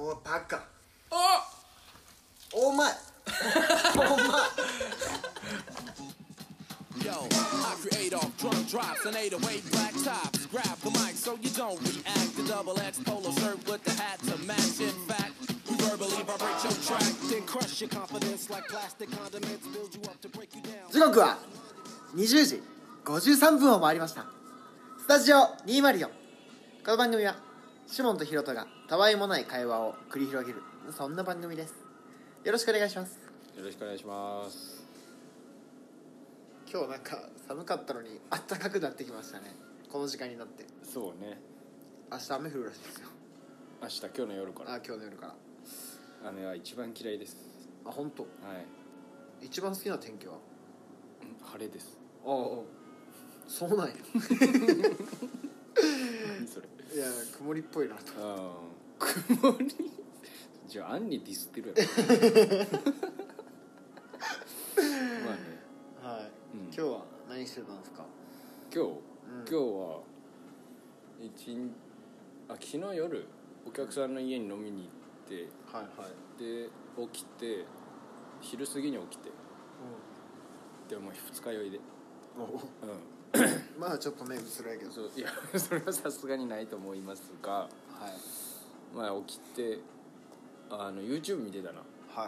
おいバカお前お前 Yo, I create off drum drops and 808 black tops. Grab the mic so you don't react. The double X polo shirt with the hat to match. In fact, we verbally vibrate your track, then crush your confidence like plastic condiments. Build you up to break you down. 時刻は20時53分を回りました。スタジオ204。この番組はシモンとヒロトがたわいもない会話を繰り広げる、そんな番組です。よろしくお願いします。 よろしくお願いします。 今日なんか寒かったのにあったかくなってきましたね。この時間になって。 そうね。 明日雨降るらしいですよ。 明日今日の夜から。 今日の夜から。 雨は一番嫌いです。 本当。 はい。 一番好きな天気は？ 晴れです。 そうなんや。 何それ。 いや曇りっぽいなと。 曇り。じゃあアンにディスってるやろ。まあね。 はい、今日は何してたんですか？ 今日は昨日夜お客さんの家に飲みに行って、で起きて昼過ぎに起きて、でも二日酔いで、 まだちょっと目うつらいけど、 いやそれはさすがにないと思いますが、まあ起きてYouTube 見てたな。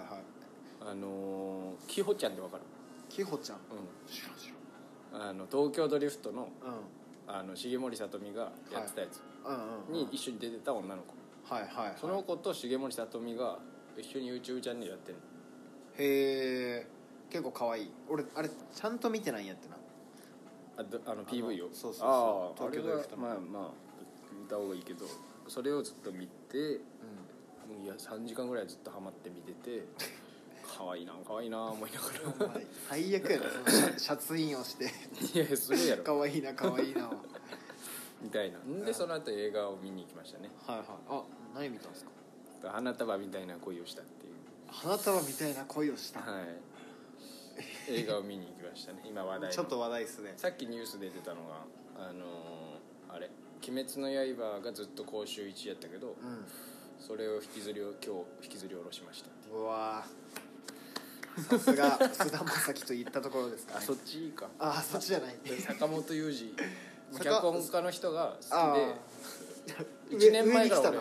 キホちゃんってわかる？ キホちゃん、 知らん東京ドリフトの、重森さとみがやってたやつに一緒に出てた女の子、その子と重森さとみが一緒に YouTube チャンネルやってる。 へえ、結構可愛い。俺あれちゃんと見てないんやってな。 PV を。 そう東京ドリフトのまあ見た方がいいけど、それをずっと見て、もういや3時間ぐらいずっとハマって見てて可愛いな思いながら最悪やな、そのシャツインをしていやするやろ可愛いなみたいな。でその後映画を見に行きましたね。 何見たんですか？ 花束みたいな恋をしたっていう。 花束みたいな恋をした。 映画を見に行きましたね。今話題のちょっと話題ですね。 さっきニュースで出てたのがあれ鬼滅の刃がずっと公衆1やったけど、それを今日引きずり下ろしました。 うわさすが菅田将暉といったところですかね。 そっちいいか。 そっちじゃない。 坂本雄二脚本家の人が好きで1年前から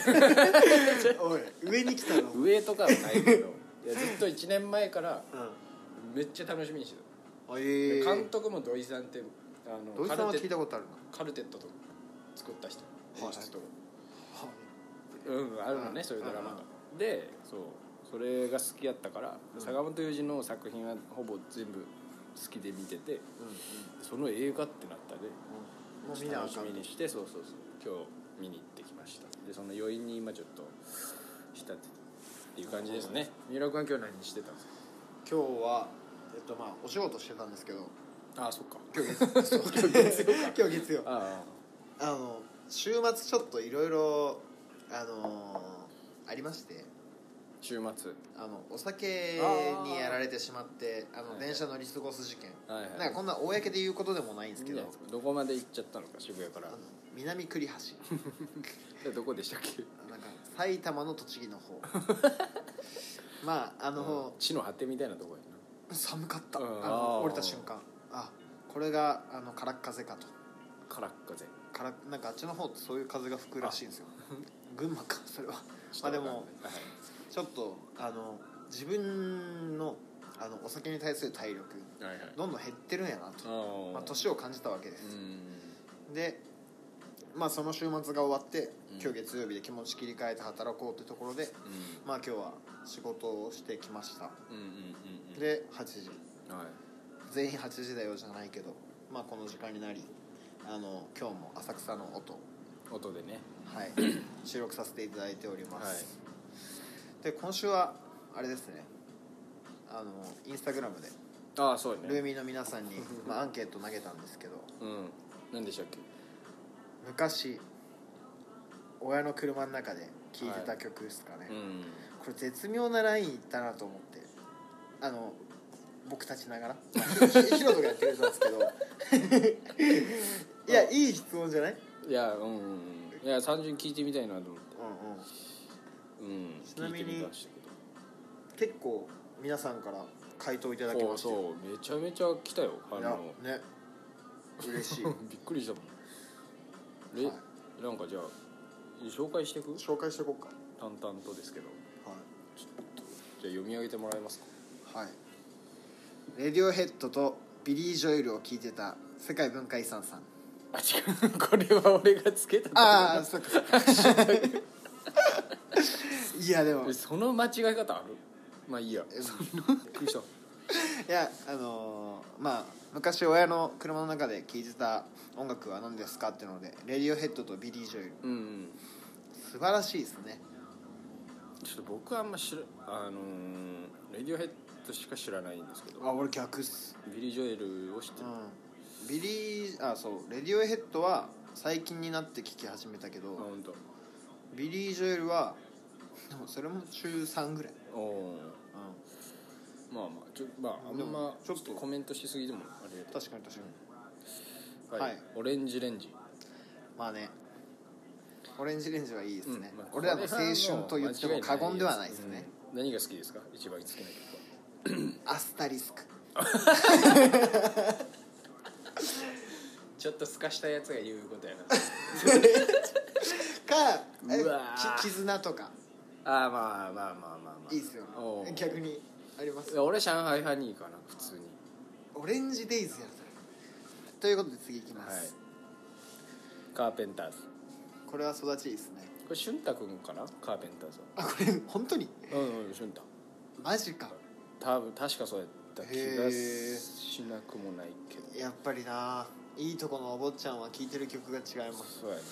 上に来たの上とかはないけどいやずっと1年前からめっちゃ楽しみにしてた。監督も土井さんって、 土井さんは聞いたことあるな。 カルテットと作った人、演出とかあるのね、そういうドラマが。でそれが好きやったから、坂本雄二の作品はほぼ全部好きで見てて、その映画ってなったで、楽しみにして、今日見に行ってきました。でその余韻に今ちょっと浸ってっていう感じですね。三浦君は今日何してたんですか？ 今日はお仕事してたんですけど。 そっか。 今日月曜。週末ちょっといろいろありまして。 週末お酒にやられてしまって電車乗り過ごす事件、なんかこんな公で言うことでもないんですけど、 どこまで行っちゃったのか、渋谷から南栗橋どこでしたっけ？ なんか埼玉の栃木の方地の果てみたいなとこやな。寒かった。降りた瞬間これがからっ風かと。 からっ風なんかあっちの方ってそういう風が吹くらしいんですよ。群馬かそれは。でもちょっと自分のお酒に対する体力、どんどん減ってるんやなと、年を感じたわけです。でその週末が終わって、今日月曜日で気持ち切り替えて働こうってところで、今日は仕事をしてきました。で8時、全員8時だよじゃないけど、この時間になり今日も浅草の音でね、 収録させていただいております。で今週はあれですね、インスタグラムでそうね、 ルーミーの皆さんにアンケート投げたんですけど、 何でしたっけ？ 昔親の車の中で聴いてた曲ですかね。これ絶妙なラインいったなと思って、僕たちながらヒロトがやってくれたんですけどいやいい質問じゃない？ いや単純に聞いてみたいなと思って。 ちなみに聞いてみましたけど結構皆さんから回答いただきましたよ。 そうめちゃめちゃ来たよいやね嬉しいびっくりしたもん。 はいなんかじゃあ紹介していく？ 紹介していこうか。 淡々とですけど、 はじゃあ読み上げてもらえますか？ い、はい、レディオヘッドとビリー・ジョエルを聴いてた世界文化遺産さん。 あ違うこれは俺がつけた。 ああそっかそっかいやでもその間違い方ある？まあいいや。びっくりした。 いやまあ昔親の車の中で聴いてた音楽は何ですかっていうのでレディオヘッドとビリー・ジョエル、素晴らしいですね。 ちょっと僕はあんまレディオヘッドしか知らないんですけど。 あ俺逆っす。 ビリー・ジョエルを知ってる。 ビリーそうレディオヘッドは最近になって聴き始めたけど、 本当。 ビリー・ジョエルはでもそれも中3ぐらい。 まああんまちょっとコメントしすぎてもあれ。 確かに確かに、 はい、オレンジレンジ。 まあねオレンジレンジはいいですね、 まあ、 俺らの青春と言っても過言ではないですね。 何が好きですか？一番好きな曲は。 アスタリスクちょっとすかしたやつが言うことやなかうわ絆とか。 まあいいっすよね。逆にあります。 俺上海ハニーかな普通に。 オレンジデイズやそれ。ということで次いきます、 はい、カーペンターズ。 これは育ちいいですね。 これ俊太くんかな？カーペンターズは。 あこれ本当に俊太マジか。 多分確かそうやった気がしなくもないけど。 やっぱりないいとこのお坊ちゃんは聴いてる曲が違います。 そうやな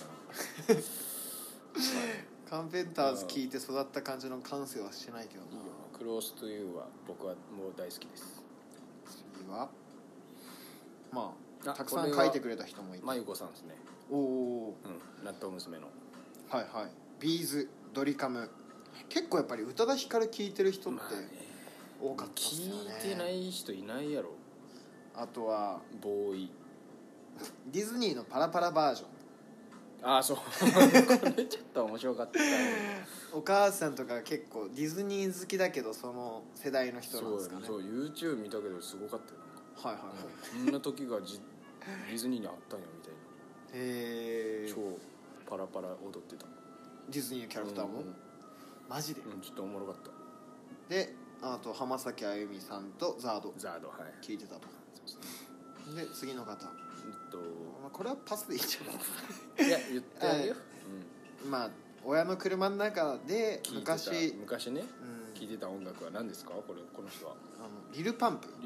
カーペンターズ聴いて育った感じの感性はしないけどな。 いいよな。クローストユーは僕はもう大好きです。 次はまあたくさん書いてくれた人もいて、 まゆこさんですね。納豆娘のはいはい。ビーズドリカム。結構やっぱり宇多田ヒカル聴いてる人って多かったっすよね。 聞いてない人いないやろ。 あとはボーイディズニーのパラパラバージョン。 そうこれちょっと面白かったお母さんとか結構ディズニー好きだけどその世代の人なんですかね。 そう YouTube 見たけどすごかったよ。 はいはいはい。 こんな時がディズニーにあったんやみたいな。超パラパラ踊ってたディズニーのキャラクターも、マジで、 ちょっとおもろかった。 であと浜崎あゆみさんとザードはい聞いてたと。そうですね。で次の方これはパスでいいじゃんいや言ってあげよ、 まあ親の車の中で昔ね、聞いてた音楽は何ですか？この人はリルパンプ。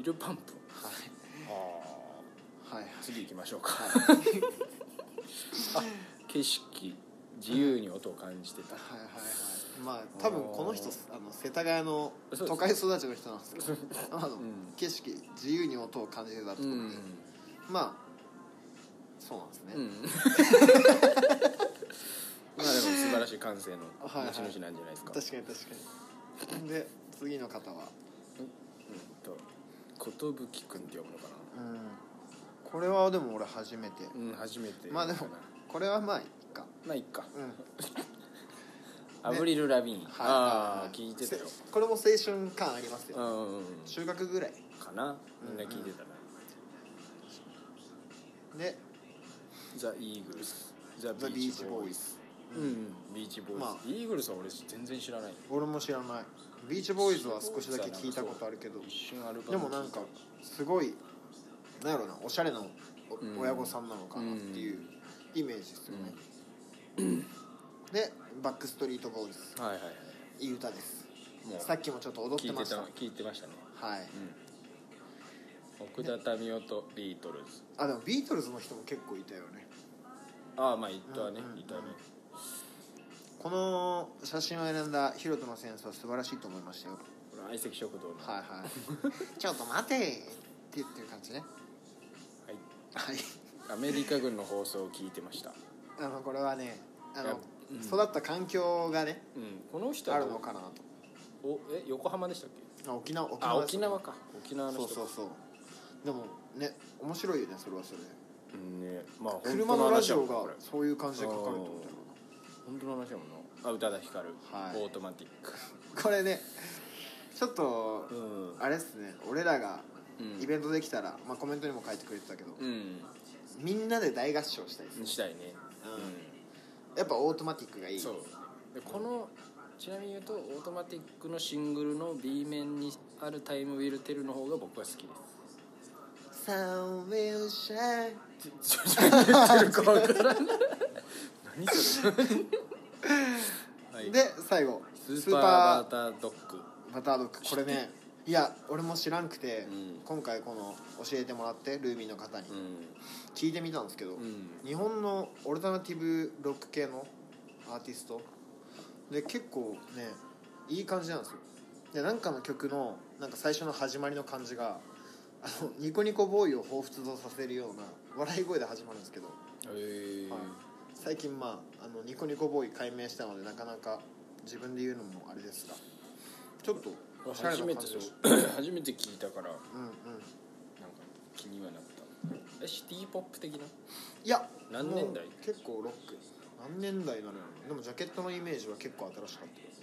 はい、次行きましょうか、景色自由に音を感じてた。 まあ多分この人世田谷の都会育ちの人なんですけど景色自由に音を感じてたってことで、まあそうなんですね、 まあでも素晴らしい感性の持ち主なんじゃないですか。 確かにで次の方は寿くんって読むのかな。 これはでも俺初めて。まあでもこれはまあいっか。 アブリル・ラビーン。聞いてたよ。 これも青春感ありますよ。中学ぐらいかな。みんな聞いてたな。 でザ・イーグルス、ザ・ビーチボーイズ。ビーチボーイズ。イーグルスは俺全然知らない。 俺も知らない。ビーチボーイズは少しだけ聞いたことあるけど、でもなんかすごいなんやろな、おしゃれな親御さんなのかなっていうイメージですよね。でバックストリートボーイズ、いい歌です。さっきもちょっと踊ってました。 聞いてましたね。 はい。 奥田民生とビートルズ。 でもビートルズの人も結構いたよね。 まあいたね。 この写真を選んだヒロトのセンスは素晴らしいと思いましたよ。 相席食堂のちょっと待てって言ってる感じね。はい。 アメリカ軍の放送を聞いてました。 これはね育った環境がね、 この人あるのかなと。 横浜でしたっけ？ 沖縄か。沖縄の人。 そうでもね面白いよね、それはそれで。 まあ車のラジオがそういう感じで書かれてるんだよな。 本当の話やもんな。 宇多田ヒカル、 はい、 オートマティック。 これねちょっと、あれっすね、俺らがイベントできたら、まあ、コメントにも書いてくれてたけど、みんなで大合唱したいですね。 したいね、 やっぱオートマティックがいい。 そうで、このちなみに言うとオートマティックのシングルの B 面にあるタイムウィルテルの方が僕は好きです。 Sun will shine 何言ってるか分からん何それはい、で最後スーパーバタードッグ。 バタードッグ、これね、いや俺も知らんくて、今回この教えてもらってルーミーの方に聞いてみたんですけど、日本のオルタナティブロック系のアーティストで結構ねいい感じなんですよ。でなんかの曲のなんか最初の始まりの感じがニコニコボーイを彷彿とさせるような笑い声で始まるんですけど、はい、最近ニコニコボーイ解明したのでなかなか自分で言うのもあれですが、ちょっとおしゃれな感じ初めて聞いたから、なんか気にはなった。シティポップ的な？いや何年代？ 結構ロック。何年代なのよ。でもジャケットのイメージは結構新しかったです。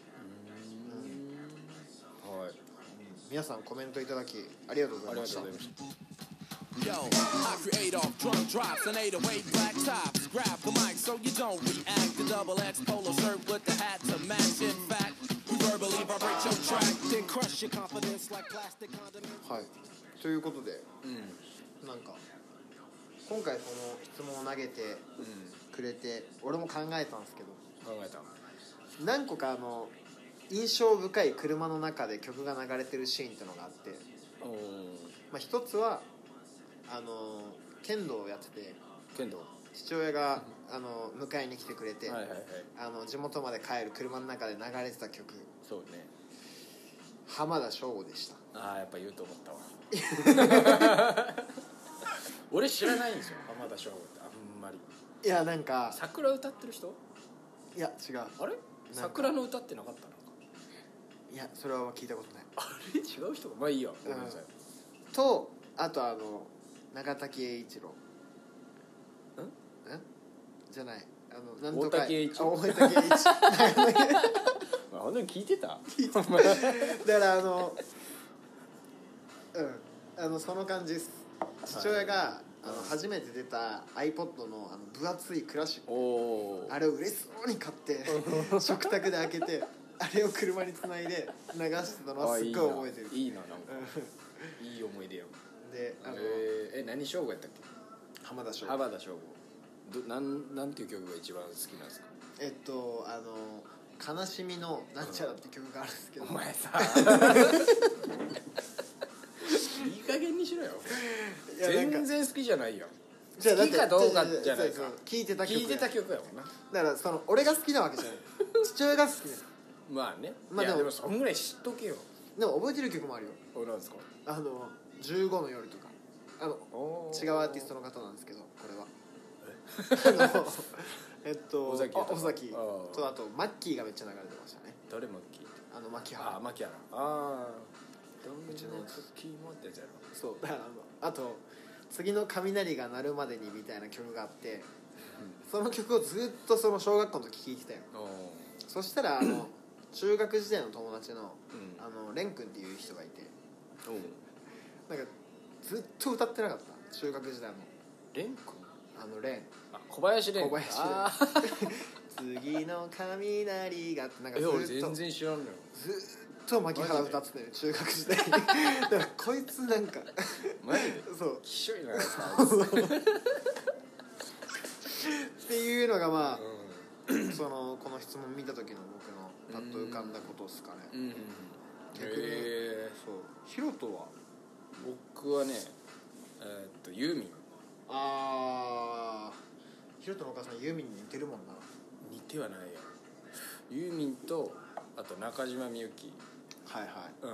はい、皆さんコメントいただきありがとうございました。 Yo, I create off drum drops and 808 black tops. Grab the mic so you don't react. The double X polo shirt with the hat to match. In fact, we verbally vibrate your track, then crush your confidence like plastic condiments. はい。ということで、なんか今回その質問を投げてくれて、俺も考えたんですけど、何個か印象深い車の中で曲が流れてるシーンってのがあって、一つは剣道をやってて、父親が迎えに来てくれて、地元まで帰る車の中で流れてた曲、 そうね、 浜田省吾でした。 ああ、やっぱ言うと思ったわ俺知らないんですよ、浜田省吾ってあんまり。 いや、なんか桜歌ってる人？ いや違う。 あれ？桜の歌ってなかったのか？ いや、それは聞いたことない。 あれ、違う人か？まあいいよ、ごめんなさい。 と、あと長滝栄一郎じゃない、なんとか大滝栄一郎。 大滝栄一本当に聞いてた？ だからその感じです。父親が初めて出た iPod の分厚いクラシック、あれを嬉しそうに買って食卓で開けてあれを車につないで流してたのはすっごい覚えてる。 いいな、なんかいい思い出やん。で何省吾やったっけ？ 浜田省吾。 なんていう曲が一番好きなんですか？悲しみのなんちゃらって曲があるんですけど、 お前さいい加減にしろよ。全然好きじゃないよ。好きかどうかじゃないか。 聞いてた曲やもんな。 だから俺が好きなわけじゃない父親が好きです。 まあね。いやでもそんぐらい知っとけよ。 でも覚えてる曲もあるよ。 なんですか ？15の夜とか違うアーティストの方なんですけど、これは尾崎と、あとマッキーがめっちゃ流れてましたね。 誰マッキー？ 牧原。 牧原。うちのキーモってやつやろ。 そうだから、あと次の雷が鳴るまでにみたいな曲があって、その曲をずっとその小学校の時聴いてたよ。そしたら中学時代の友達のレン君っていう人がいて、なんかずっと歌ってなかった、中学時代の。 レン君？ レン、 小林レン。 次の雷がってなんかずっと全然知らんのよ。 ずっと牧原歌ってたよ、中学時代に。だからこいつなんかマジで？ そう、 きしょいなっていうのがこの質問見た時の僕のパッと浮かんだことですかね。逆にそうヒロトは？ 僕はねユーミン。 ヒロトのお母さんユーミンに似てるもんな。 似てはないよ。ユーミンとあと中島みゆき。 はいはい、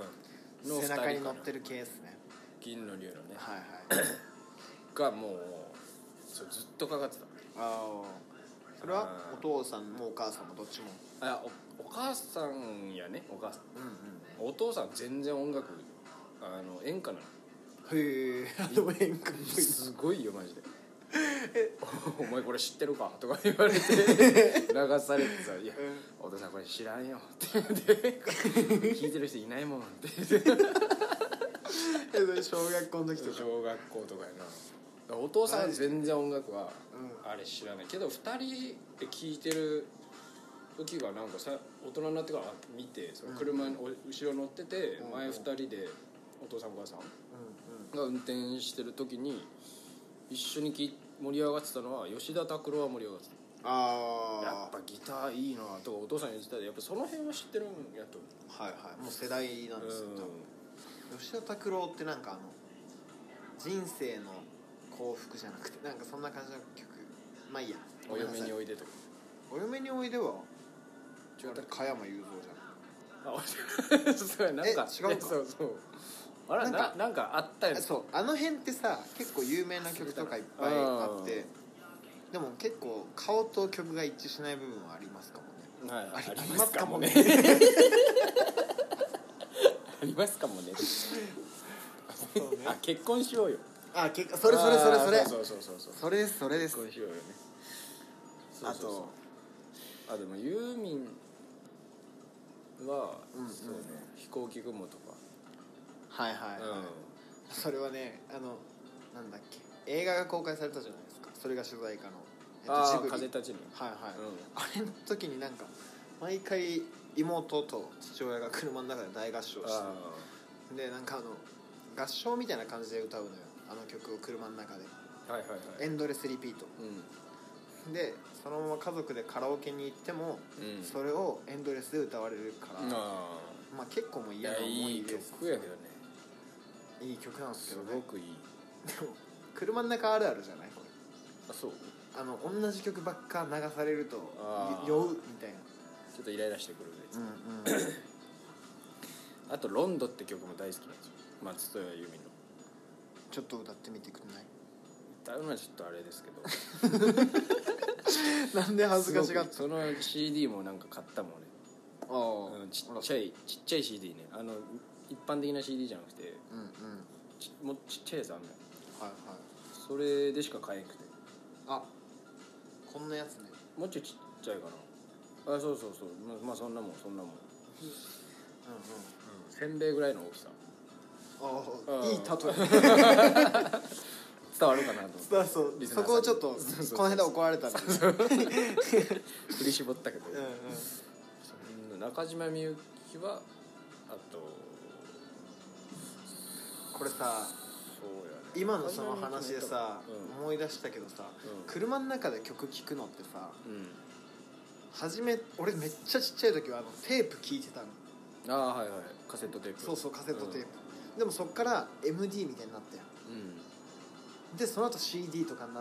の背中に乗ってる系ですね。 銀の竜のね、 はいはいがもうそれずっとかかってた。 それはお父さんもお母さんもどっちも？ お母さんやね、お母さん。お父さん全然音楽演歌なの。 へえ、演歌っぽい。 すごいよマジで。 お前これ知ってるかとか言われて流されてさ「いや、お父さんこれ知らんよ」って言って聞いてる人いないもんって言って小学校の時とか小学校とかやな。お父さんは全然音楽はあれ知らないけど、2人で聴いてる時がなんかさ、大人になってから見て、その車に後ろ乗ってて、前2人でお父さんお母さんが運転してる時に一緒に盛り上がってたのは吉田拓郎は盛り上がってた。やっぱギターいいなとかお父さん言ってたで、やっぱその辺は知ってるんやと思う。 はいはい、もう世代なんですよ、吉田拓郎ってなんか人生の幸福じゃなくてなんかそんな感じの曲、まあいいや。 お嫁においでとか。 お嫁においでは加山雄三じゃん。 そうや、なんか違うか。 そうあれなんかあったよね。 そう、あの辺ってさ結構有名な曲とかいっぱいあって、でも結構顔と曲が一致しない部分はありますかもね。 はい、 ありますかもねありますかもねあ、結婚しようよ。 それそうそれです。 結婚しようよね。 あとでもユーミンは、そうね、飛行機雲とか。 はいはいはい、それはね、なんだっけ、映画が公開されたじゃないですか。それが主題歌の、ジブリ風立ちぬ。 はいはい、あれの時になんか毎回妹と父親が車の中で大合唱してで、なんか合唱みたいな感じで歌うのよ、あの曲を車の中で。はいはいはい、エンドレスリピート、でそのまま家族でカラオケに行っても、それをエンドレスで歌われるから、まあ結構もう嫌な思い出です。 いい曲やけどね。 いい曲なんですけどね。 すごくいい。 でも車の中あるあるじゃないこれ。 あ、そう。 同じ曲ばっか流されると酔うみたいな。 ちょっとイライラしてくるやつ。あとロンドって曲も大好きなんですよ。松任谷由実の。 ちょっと歌ってみてくれない？ 歌うのはちょっとあれですけど。 なんで恥ずかしがって。 その CD もなんか買ったもんね。ちっちゃい CD ね。一般的な CD じゃなくて、もうちっちゃいやつあんのよ。はいはい。それでしか買えなくて。 こんなやつね。 もうちょいちっちゃいかな。そうまあそんなもん。せんべいぐらいの大きさ。 いい例え。 伝わるかなと思って。 そこをちょっとこの間怒られたんで振り絞ったけど。中島みゆきはあとこれさ、今のその話でさ、思い出したけどさ、車の中で曲聴くのってさ、初め俺めっちゃちっちゃい時はテープ聴いてたの。 はいはい、カセットテープ。 そうカセットテープ、でもそっから MD みたいになったやん、でその後 CD とかになって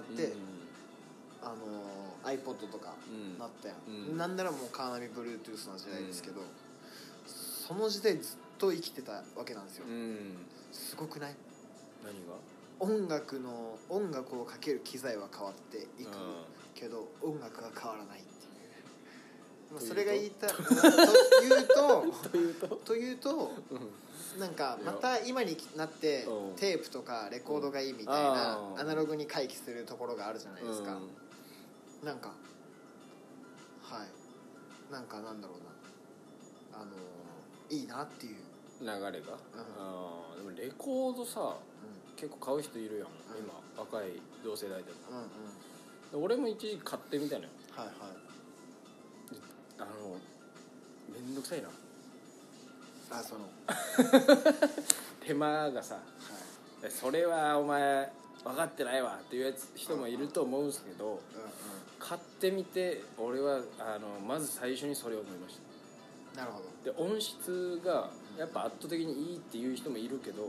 、iPod とかなったやん、なんならもうカーナビ Bluetooth の時代ですけど、その時代ずっと生きてたわけなんですよ、すごくない？ 何が？ 音楽をかける機材は変わっていくけど、音楽は変わらないっていう。それが言いたいというとなんかまた今になってテープとかレコードがいいみたいなアナログに回帰するところがあるじゃないですか。なんかなんかなんだろうな、いいなっていう流れが。でもレコードさ、結構買う人いるやん、今若い同世代でも。俺も一時買ってみたのよ。はいはい。めんどくさいな。手間がさ、それはお前分かってないわっていう人もいると思うんですけど、買ってみて俺はまず最初にそれを思いました。なるほど。で音質がやっぱ圧倒的にいいっていう人もいるけど、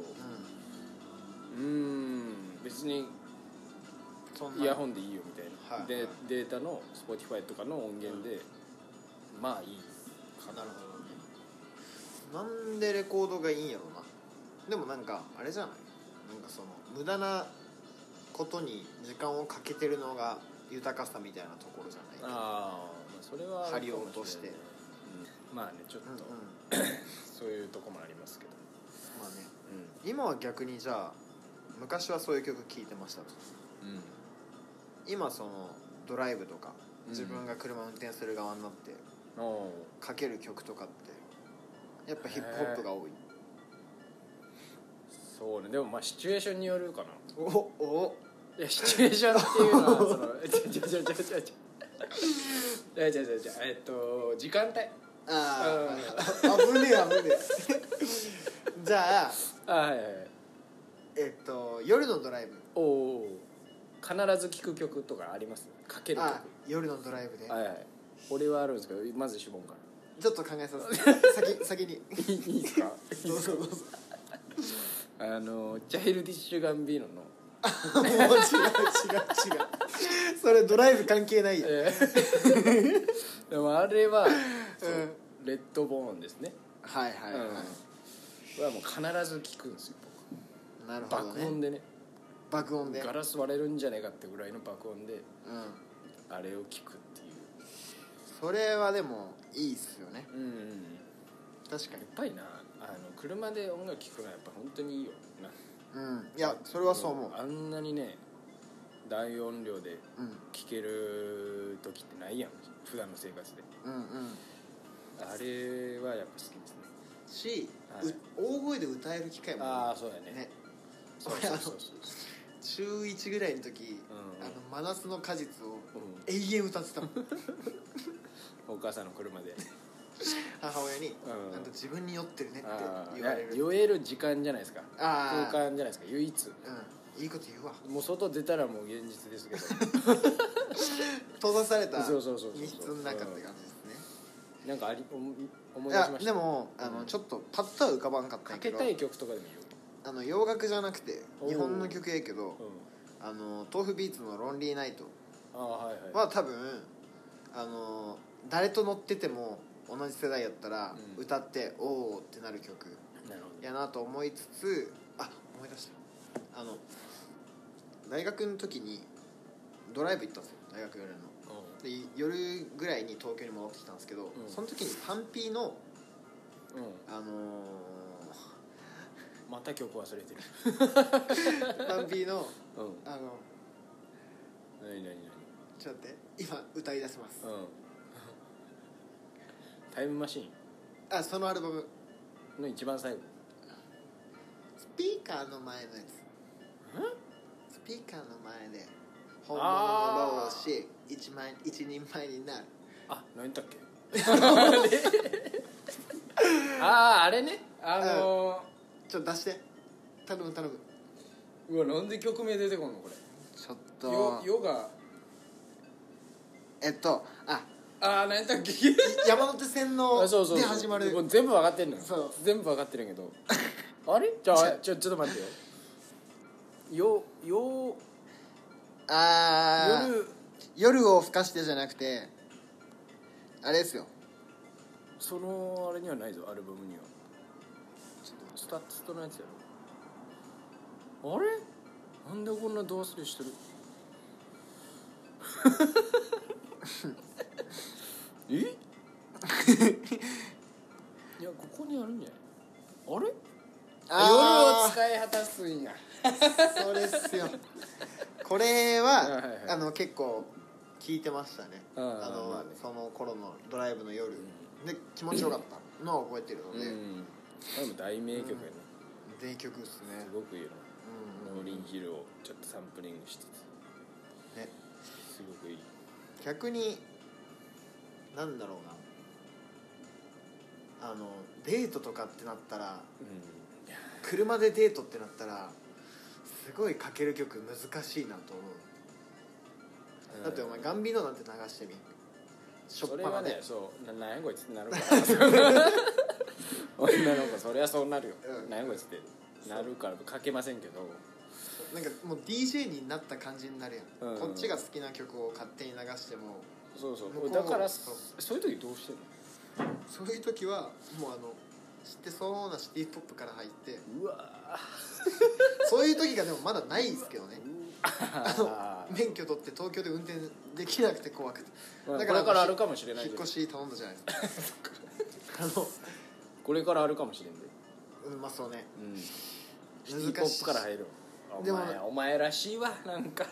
別にイヤホンでいいよみたいな、でデータの Spotify とかの音源で、まあいいかな。なるほどね。 なんでレコードがいいんやろうな。でもなんかあれじゃない、なんかその無駄なことに時間をかけてるのが豊かさみたいなところじゃないか。 それは針を落として、 まあね、ちょっと、そういうとこもありますけど、 まあね、今は逆にじゃあ昔はそういう曲聴いてましたと、 今そのドライブとか自分が車運転する側になってかける曲とかってやっぱヒップホップが多い。 そうね。でもまあシチュエーションによるかな。いやシチュエーションっていうのはその時間帯。 危ねえじゃあはいはい。 夜のドライブ。 おお。必ず聴く曲とかあります？かける曲。 夜のドライブで。 はいはい。俺はあるんですけど、まずシモンから。 ちょっと考えさせて。先に。 いいですか？ どうぞ。 チャイルディッシュガンビーノの。 もう違う。それドライブ関係ないよ。 でもあれは、レッドボーンですね。 はい。 はもう必ず聴くんですよ僕。 なるほどね。 爆音でガラス割れるんじゃないかってぐらいの爆音で、あれを聴くっていう。 それはでもいいっすよね。確かに。 やっぱりな、車で音楽聴くのはやっぱ本当にいいよな。 いやそれはそう思う。 あんなにね大音量で聴ける時ってないやん、普段の生活で。あれはやっぱ好きですね。 し、大声で歌える機会もそうやね。 そう中1ぐらいの時、真夏の果実を永遠歌ってたもん。 お母さんの車で母親に、自分に酔ってるねって言われる。 酔える時間じゃないですか。空間じゃないですか、唯一。 いいこと言うわ。 もう外出たらもう現実ですけど閉ざされた密室の中って感じですね。 なんか思い出しました。 でもちょっとパッとは浮かばんかったんやけど、 かけたい曲とかでもいいよ。 洋楽じゃなくて日本の曲やけど、豆腐ビーツの「ロンリーナイト」は多分誰と乗ってても同じ世代やったら歌っておおってなる曲やなと思いつつ、思い出した。大学の時にドライブ行ったんですよ、大学4年の。で夜ぐらいに東京に戻ってきたんですけど、その時にパンピーのまた曲忘れてるパンピーの何ちょっと待って、今歌い出します。 タイムマシーン。 そのアルバムの一番最後。 スピーカーの前のやつ。スピーカーの前で本物の老子一人前になる。 何だっけあれね。 ちょっと出して、頼む。 うわ、なんで曲名出てこんのこれ。 ちょっとヨガ。 何だっけ山手線ので始まる。 全部分かってんのよ。全部分かってるんやけどあれちょっと待ってよ。夜をふかしてじゃなくてあれですよ。 そのあれにはないぞ、アルバムには。スタッツとのやつやろ。あれなんでこんなど忘れしてるいやここにあるんじゃない？あれ？夜を使い果たすんや。 そうですよ。これは結構聞いてましたね。その頃のドライブの夜で気持ちよかったのは覚えてるので。 でも大名曲やね。 名曲っすね。 すごくいいよ。ノーリンヒルをちょっとサンプリングしつつね、 すごくいい。 逆になんだろうな、デートとかってなったら、車でデートってなったらすごいかける曲難しいなと思う。だってお前ガンビーノなんて流してみ、しょっぱなで。 それはね、何やこいつってなるから女の子そりゃそうなるよ。何やこいつってなるからかけませんけど、 なんかもう DJ になった感じになるやん、こっちが好きな曲を勝手に流しても。 そうだからそういう時どうしてんの？ そういう時はもう知ってそうなシティポップから入って、 うわそういう時がでもまだないですけどね。免許取って東京で運転できなくて怖くて、 だからこれからあるかもしれない。 引っ越し頼んだじゃないですか。 これからあるかもしれんで。 まあそうね、 シティポップから入る。 でもお前らしいわなんか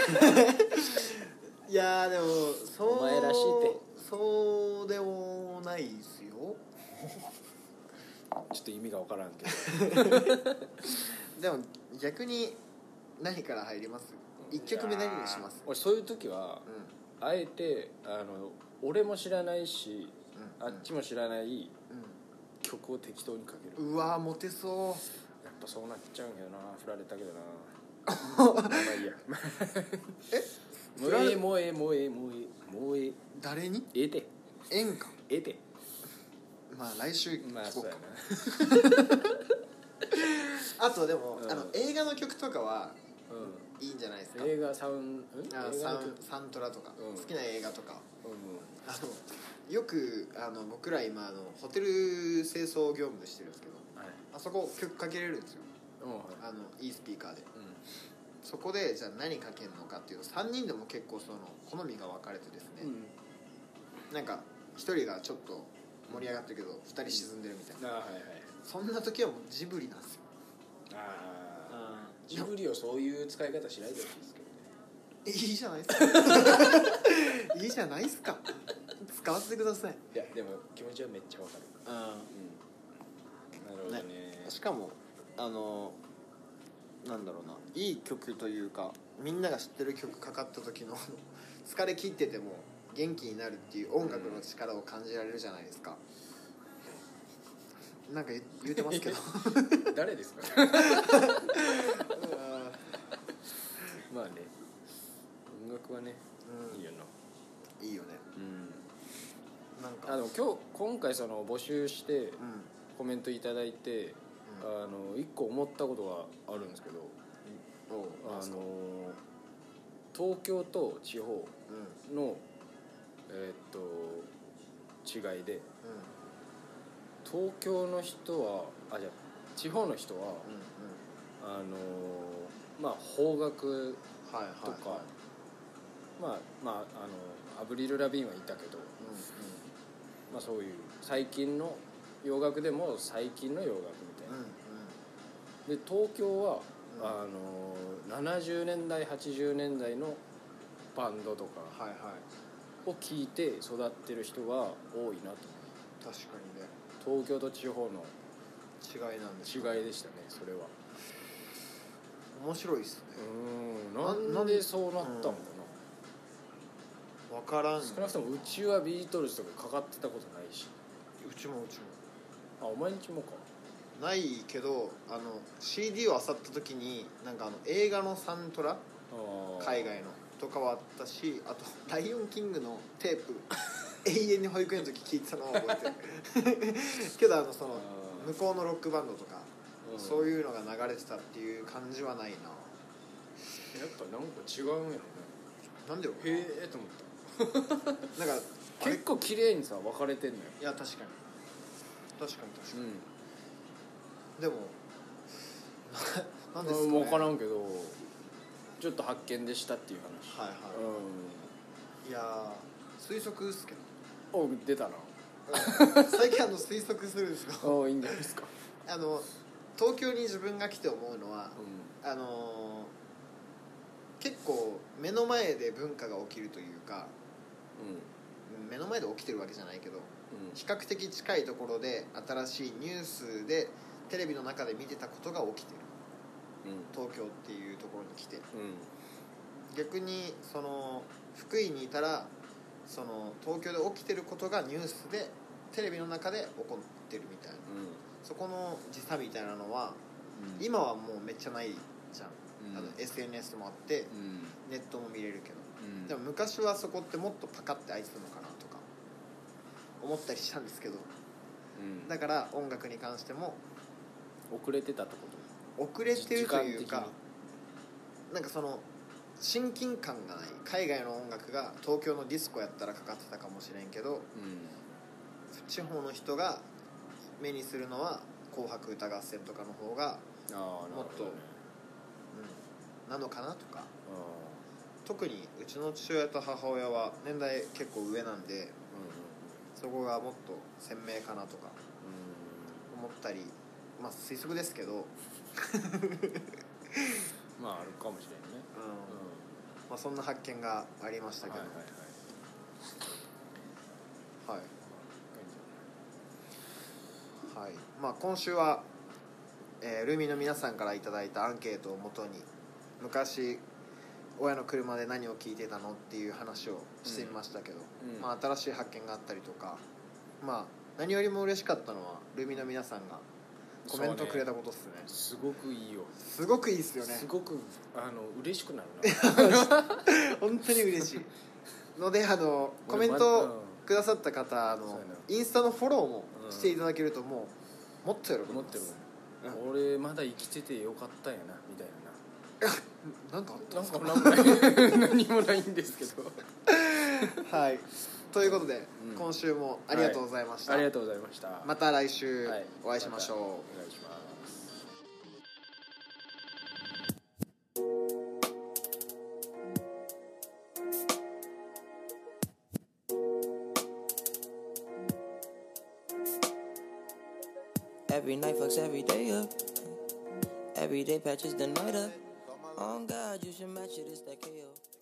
いやでもお前らしいってそうでもないですよちょっと意味が分からんけどでも逆に何から入ります？1曲目何にします？ 俺そういう時は、あえて俺も知らないし、あっちも知らない曲を適当にかける。 うわモテそう。 やっぱそうなっちゃうんけどな、振られたけどなまあいいやもうええ誰に？ ええて演歌？ ええてまあ来週聞まあこうか、 そうやなあとでも、映画の曲とかはいいんじゃないですか。 映画サウントラとか、好きな映画とか、 うよく僕ら今ホテル清掃業務でしてるんですけど、あそこ曲かけれるんですよ、いいスピーカーで、そこでじゃあ何かけるのかっていうと3人でも結構その好みが分かれてですね、なんか1人がちょっと盛り上がってるけど2人沈んでるみたいな、そんな時はもうジブリなんですよ。 ジブリをそういう使い方しないでほしいですけどね。 いいじゃないですかいいじゃないですか、使わせてください。 いやでも気持ちはめっちゃわかる。なるほどね。 しかもなんだろうな、いい曲というかみんなが知ってる曲かかった時の疲れ切ってても元気になるっていう音楽の力を感じられるじゃないですか。なんか言うてますけど誰ですかまあね、音楽はね、いいよな。 いいよね。なんかでも今回その募集してコメントいただいて、一個思ったことがあるんですけど、東京と地方の、違いで、東京の人はじゃあ地方の人は、まあ邦楽とか、アブリル・ラビーンはいたけど、まあそういう最近の洋楽でも最近の洋楽みたいな、で東京は、70年代80年代のバンドとかを聴いて育ってる人が多いなと。 確かにね、 東京と地方の違いなんです違いでしたね。それは面白いっすね。 なんでそうなったのかな、 分からん。 少なくともうちはビートルズとかかかってたことないし。 うちもお前んちもか。 ないけどCD を漁った時になんか映画のサントラ、海外のとかはあったし、あとライオンキングのテープ永遠に保育園の時聴いてたのを覚えてるけどその向こうのロックバンドとか、そういうのが流れてたっていう感じはないな。 やっぱなんか違うんやろね。 なんでよ。 へえと思ったなんか結構綺麗にさ分かれてんのよ。 いや確かに、でもなんですかね、 分からんけどちょっと発見でしたっていう話。 いや推測っすけど。 出たな最近推測するんですよいいんじゃないですか。 東京に自分が来て思うのは、結構目の前で文化が起きるというか、目の前で起きてるわけじゃないけど、比較的近いところで新しいニュースでテレビの中で見てたことが起きてる、東京っていうところに来て、逆にその福井にいたらその東京で起きてることがニュースでテレビの中で起こってるみたいな、そこの時差みたいなのは、今はもうめっちゃないじゃん、SNS もあって、ネットも見れるけど、でも昔はそこってもっとパカッて開いてたのかなとか思ったりしたんですけど、だから音楽に関しても遅れてたってこと？ 遅れてるというか、なんかその親近感がない。海外の音楽が東京のディスコやったらかかってたかもしれんけど、地方の人が目にするのは紅白歌合戦とかの方がもっと、なのかなとか。特にうちの父親と母親は年代結構上なんで、そこがもっと鮮明かなとか思ったり、まあ推測ですけどまああるかもしれんね。 まあ、そんな発見がありましたけど、はい、まあ、今週は、ルーミーの皆さんからいただいたアンケートをもとに昔親の車で何を聞いてたのっていう話をしてみましたけど、まあ、新しい発見があったりとか、まあ、何よりも嬉しかったのはルーミーの皆さんがコメントくれたことっすね。 すごくいいよ。 すごくいいっすよね。 すごく嬉しくなるな本当に嬉しいのでコメントくださった方インスタのフォローもしていただけるともっと喜びます。 俺まだ生きててよかったんやなみたいななんかあったんですか。 何もないんですけどはいということで、今週もありがとうございました。 ありがとうございました。 また来週お会いしましょう。お願いします。 Every night fucks every day up. Every day patches the night up. On God, you should match it, it's that KO.